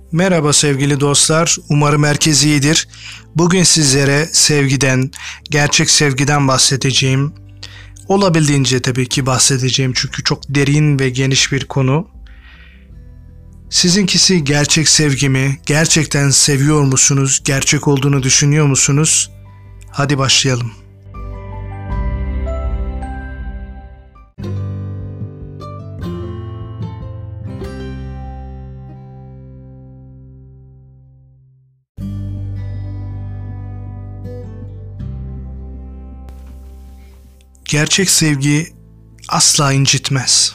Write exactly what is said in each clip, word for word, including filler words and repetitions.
Merhaba sevgili dostlar, umarım herkes iyidir. Bugün sizlere sevgiden, gerçek sevgiden bahsedeceğim. Olabildiğince tabii ki bahsedeceğim çünkü çok derin ve geniş bir konu. Sizinkisi gerçek sevgi mi? Gerçekten seviyor musunuz? Gerçek olduğunu düşünüyor musunuz? Hadi başlayalım. Gerçek sevgi asla incitmez.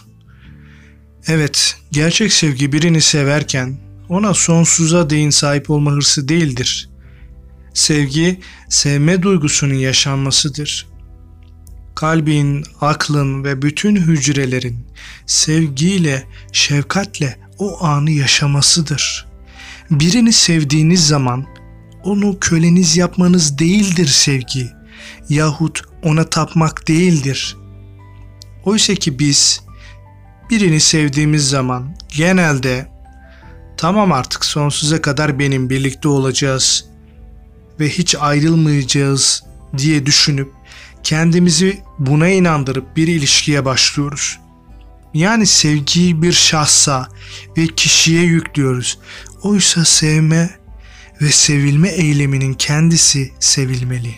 Evet, gerçek sevgi birini severken ona sonsuza değin sahip olma hırsı değildir. Sevgi, sevme duygusunun yaşanmasıdır. Kalbin, aklın ve bütün hücrelerin sevgiyle, şefkatle o anı yaşamasıdır. Birini sevdiğiniz zaman onu köleniz yapmanız değildir sevgi, yahut ona tapmak değildir. Oysa ki biz birini sevdiğimiz zaman genelde tamam artık sonsuza kadar benim birlikte olacağız ve hiç ayrılmayacağız diye düşünüp kendimizi buna inandırıp bir ilişkiye başlıyoruz. Yani sevgiyi bir şahsa ve kişiye yüklüyoruz. Oysa sevme ve sevilme eyleminin kendisi sevilmeli.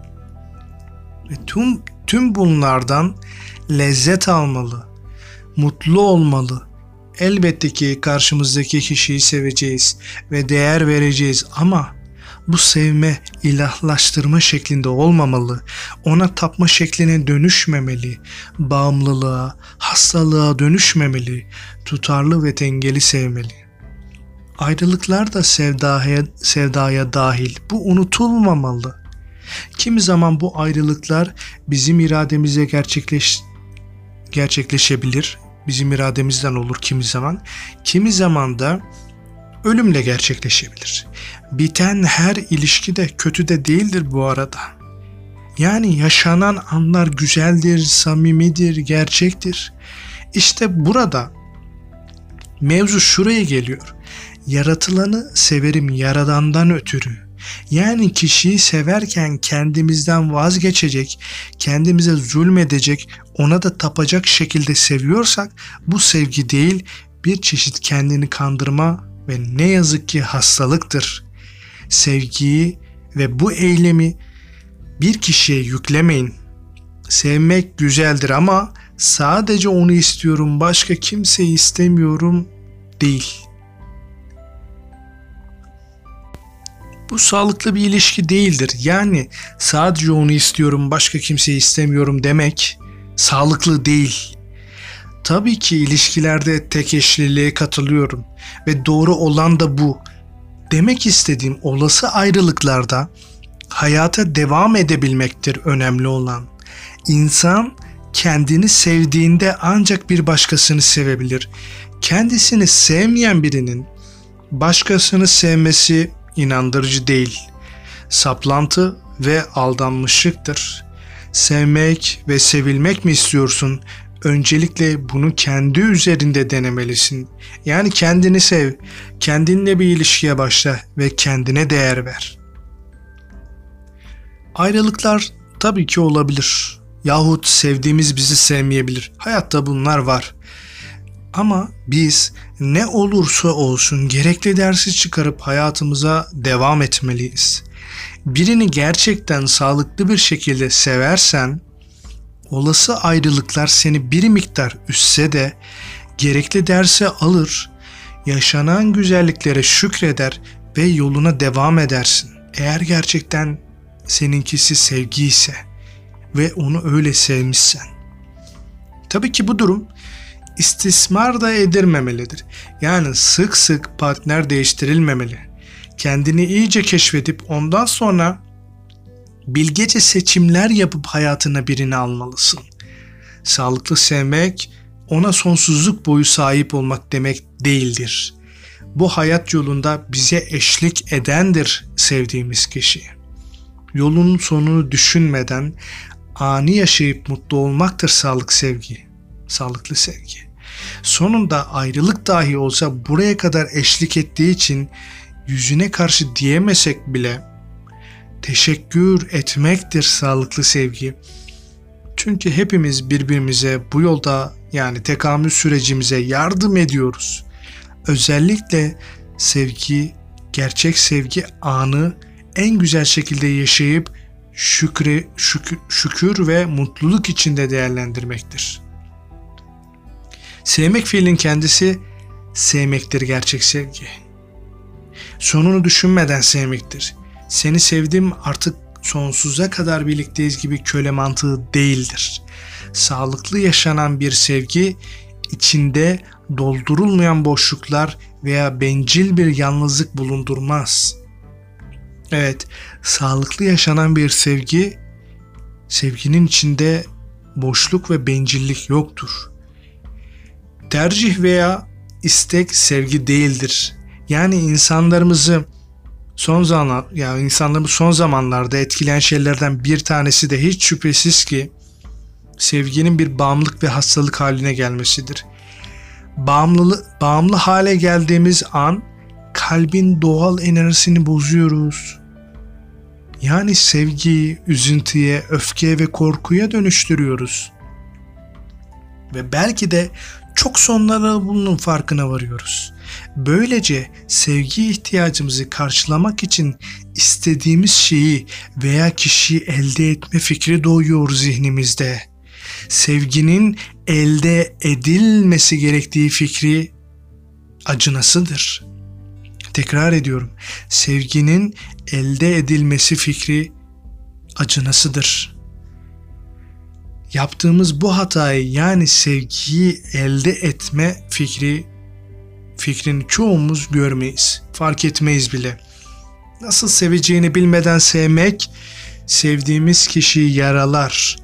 Ve tüm, tüm bunlardan lezzet almalı, mutlu olmalı. Elbette ki karşımızdaki kişiyi seveceğiz ve değer vereceğiz ama bu sevme ilahlaştırma şeklinde olmamalı, ona tapma şekline dönüşmemeli, bağımlılığa, hastalığa dönüşmemeli, tutarlı ve dengeli sevmeli. Ayrılıklar da sevdaya, sevdaya dahil, bu unutulmamalı. Kimi zaman bu ayrılıklar bizim irademize gerçekleş, gerçekleşebilir, bizim irademizden olur kimi zaman, kimi zaman da ölümle gerçekleşebilir. Biten her ilişki de kötü de değildir bu arada. Yani yaşanan anlar güzeldir, samimidir, gerçektir. İşte burada mevzu şuraya geliyor. Yaratılanı severim yaradandan ötürü. Yani kişiyi severken kendimizden vazgeçecek, kendimize zulmedecek, ona da tapacak şekilde seviyorsak bu sevgi değil, bir çeşit kendini kandırma ve ne yazık ki hastalıktır. Sevgiyi ve bu eylemi bir kişiye yüklemeyin. Sevmek güzeldir ama sadece onu istiyorum, başka kimseyi istemiyorum değil. Bu sağlıklı bir ilişki değildir. Yani sadece onu istiyorum, başka kimseyi istemiyorum demek sağlıklı değil. Tabii ki ilişkilerde tek eşliliğe katılıyorum ve doğru olan da bu. Demek istediğim olası ayrılıklarda hayata devam edebilmektir önemli olan. İnsan kendini sevdiğinde ancak bir başkasını sevebilir. Kendisini sevmeyen birinin başkasını sevmesi inandırıcı değil. Saplantı ve aldanmışlıktır. Sevmek ve sevilmek mi istiyorsun? Öncelikle bunu kendi üzerinde denemelisin. Yani kendini sev, kendinle bir ilişkiye başla ve kendine değer ver. Ayrılıklar tabii ki olabilir. Yahut sevdiğimiz bizi sevmeyebilir. Hayatta bunlar var. Ama biz ne olursa olsun gerekli dersi çıkarıp hayatımıza devam etmeliyiz. Birini gerçekten sağlıklı bir şekilde seversen, olası ayrılıklar seni bir miktar üstse de gerekli dersi alır, yaşanan güzelliklere şükreder ve yoluna devam edersin. Eğer gerçekten seninkisi sevgi ise ve onu öyle sevmişsen. Tabii ki bu durum istismar da edilmemelidir. Yani sık sık partner değiştirilmemeli. Kendini iyice keşfedip ondan sonra bilgece seçimler yapıp hayatına birini almalısın. Sağlıklı sevmek, ona sonsuzluk boyu sahip olmak demek değildir. Bu hayat yolunda bize eşlik edendir sevdiğimiz kişi. Yolun sonunu düşünmeden ani yaşayıp mutlu olmaktır sağlık sevgi, sağlıklı sevgi. Sonunda ayrılık dahi olsa buraya kadar eşlik ettiği için yüzüne karşı diyemesek bile teşekkür etmektir sağlıklı sevgi. Çünkü hepimiz birbirimize bu yolda, yani tekamül sürecimize yardım ediyoruz. Özellikle sevgi, gerçek sevgi anı en güzel şekilde yaşayıp şükre, şükür, şükür ve mutluluk içinde değerlendirmektir. Sevmek fiilin kendisi sevmektir gerçek sevgi. Sonunu düşünmeden sevmektir. Seni sevdim, artık sonsuza kadar birlikteyiz gibi köle mantığı değildir. Sağlıklı yaşanan bir sevgi içinde doldurulmayan boşluklar veya bencil bir yalnızlık bulundurmaz. Evet, sağlıklı yaşanan bir sevgi, sevginin içinde boşluk ve bencillik yoktur. Tercih veya istek sevgi değildir. Yani insanlarımızı son zaman, yani insanlarımız son zamanlarda etkileyen şeylerden bir tanesi de hiç şüphesiz ki sevginin bir bağımlılık ve hastalık haline gelmesidir. Bağımlı, bağımlı hale geldiğimiz an kalbin doğal enerjisini bozuyoruz. Yani sevgiyi üzüntüye, öfkeye ve korkuya dönüştürüyoruz. Ve belki de çok sonlara bunun farkına varıyoruz. Böylece sevgi ihtiyacımızı karşılamak için istediğimiz şeyi veya kişiyi elde etme fikri doğuyor zihnimizde. Sevginin elde edilmesi gerektiği fikri acınasıdır. Tekrar ediyorum. Sevginin elde edilmesi fikri acınasıdır. Yaptığımız bu hatayı, yani sevgiyi elde etme fikri fikrini çoğumuz görmeyiz. Fark etmeyiz bile. Nasıl seveceğini bilmeden sevmek sevdiğimiz kişiyi yaralar.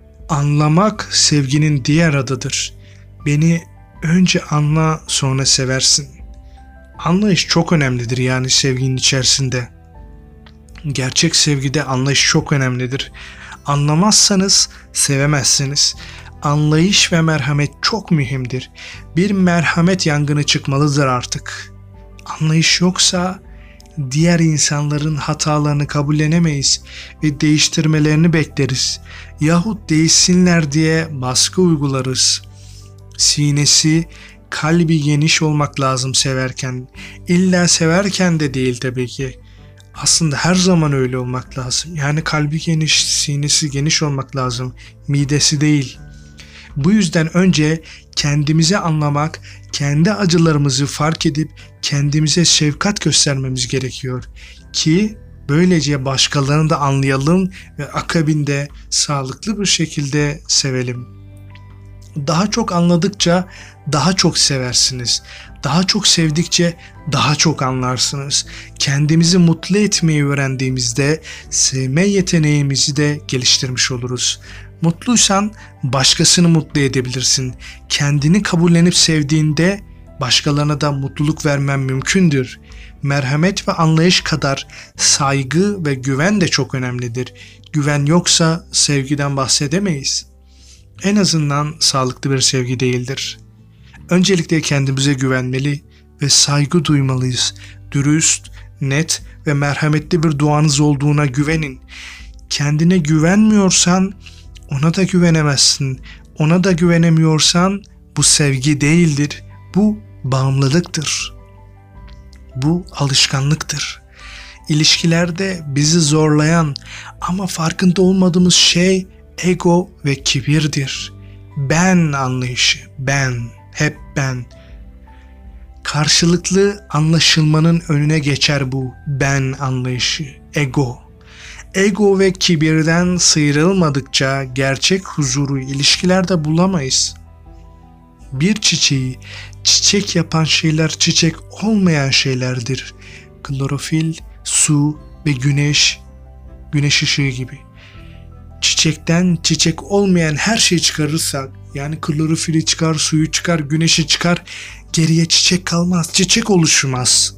Anlamak sevginin diğer adıdır. Beni önce anla, sonra seversin. Anlayış çok önemlidir, yani sevginin içerisinde. Gerçek sevgide anlayış çok önemlidir. Anlamazsanız sevemezsiniz. Anlayış ve merhamet çok mühimdir. Bir merhamet yangını çıkmalıdır artık. Anlayış yoksa diğer insanların hatalarını kabullenemeyiz ve değiştirmelerini bekleriz. Yahut değişsinler diye baskı uygularız. Sinesi, kalbi geniş olmak lazım severken. İlla severken de değil tabii ki. Aslında her zaman öyle olmak lazım. Yani kalbi geniş, sinesi geniş olmak lazım. Midesi değil. Bu yüzden önce kendimizi anlamak, kendi acılarımızı fark edip kendimize şefkat göstermemiz gerekiyor. Ki böylece başkalarını da anlayalım ve akabinde sağlıklı bir şekilde sevelim. Daha çok anladıkça daha çok seversiniz. Daha çok sevdikçe daha çok anlarsınız. Kendimizi mutlu etmeyi öğrendiğimizde sevme yeteneğimizi de geliştirmiş oluruz. Mutluysan başkasını mutlu edebilirsin. Kendini kabullenip sevdiğinde başkalarına da mutluluk vermen mümkündür. Merhamet ve anlayış kadar saygı ve güven de çok önemlidir. Güven yoksa sevgiden bahsedemeyiz. En azından sağlıklı bir sevgi değildir. Öncelikle kendimize güvenmeli ve saygı duymalıyız. Dürüst, net ve merhametli bir duanız olduğuna güvenin. Kendine güvenmiyorsan ona da güvenemezsin. Ona da güvenemiyorsan bu sevgi değildir. Bu bağımlılıktır. Bu alışkanlıktır. İlişkilerde bizi zorlayan ama farkında olmadığımız şey ego ve kibirdir. Ben anlayışı, ben, hep ben. Karşılıklı anlaşılmanın önüne geçer bu ben anlayışı, ego. Ego ve kibirden sıyrılmadıkça gerçek huzuru ilişkilerde bulamayız. Bir çiçeği çiçek yapan şeyler çiçek olmayan şeylerdir. Klorofil, su ve güneş, güneş ışığı gibi. Çiçekten çiçek olmayan her şeyi çıkarırsak, yani klorofili çıkar, suyu çıkar, güneşi çıkar, geriye çiçek kalmaz, çiçek oluşmaz.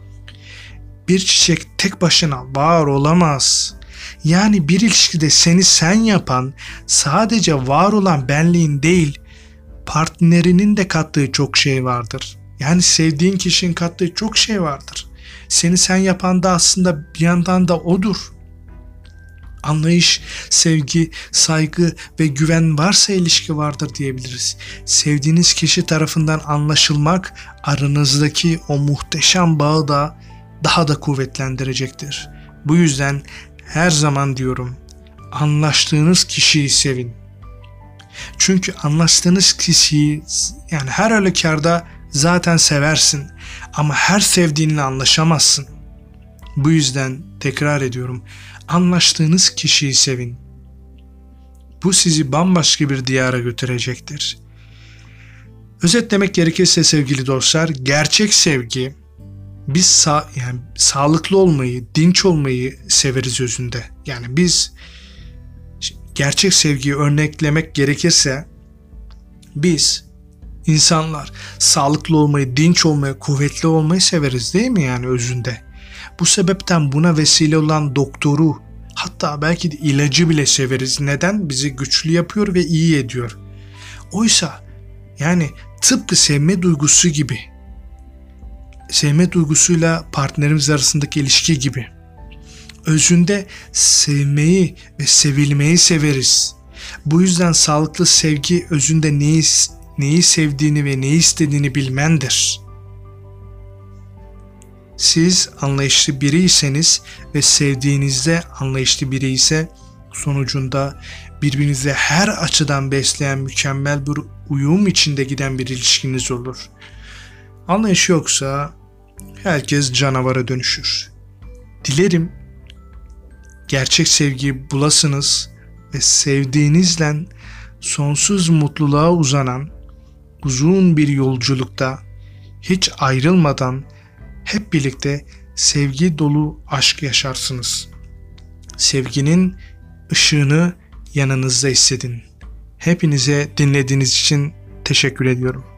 Bir çiçek tek başına var olamaz. Yani bir ilişkide seni sen yapan sadece var olan benliğin değil, partnerinin de kattığı çok şey vardır. Yani sevdiğin kişinin kattığı çok şey vardır. Seni sen yapan da aslında bir yandan da odur. Anlayış, sevgi, saygı ve güven varsa ilişki vardır diyebiliriz. Sevdiğiniz kişi tarafından anlaşılmak aranızdaki o muhteşem bağı da daha da kuvvetlendirecektir. Bu yüzden her zaman diyorum, anlaştığınız kişiyi sevin. Çünkü anlaştığınız kişiyi yani her halükarda zaten seversin ama her sevdiğinle anlaşamazsın. Bu yüzden tekrar ediyorum, anlaştığınız kişiyi sevin. Bu sizi bambaşka bir diyara götürecektir. Özetlemek gerekirse sevgili dostlar, gerçek sevgi, biz sa- yani sağlıklı olmayı, dinç olmayı severiz özünde. Yani biz gerçek sevgiyi örneklemek gerekirse biz insanlar sağlıklı olmayı, dinç olmayı, kuvvetli olmayı severiz değil mi yani özünde? Bu sebepten buna vesile olan doktoru, hatta belki de ilacı bile severiz. Neden? Bizi güçlü yapıyor ve iyi ediyor. Oysa yani tıpkı sevme duygusu gibi, sevme duygusuyla partnerimiz arasındaki ilişki gibi, özünde sevmeyi ve sevilmeyi severiz. Bu yüzden sağlıklı sevgi özünde neyi, neyi sevdiğini ve neyi istediğini bilmendir. Siz anlayışlı biriyseniz ve sevdiğinizde anlayışlı biri ise sonucunda birbirinize her açıdan besleyen mükemmel bir uyum içinde giden bir ilişkiniz olur. Anlayış yoksa herkes canavara dönüşür. Dilerim gerçek sevgiyi bulasınız ve sevdiğinizle sonsuz mutluluğa uzanan uzun bir yolculukta hiç ayrılmadan hep birlikte sevgi dolu aşk yaşarsınız. Sevginin ışığını yanınızda hissedin. Hepinize dinlediğiniz için teşekkür ediyorum.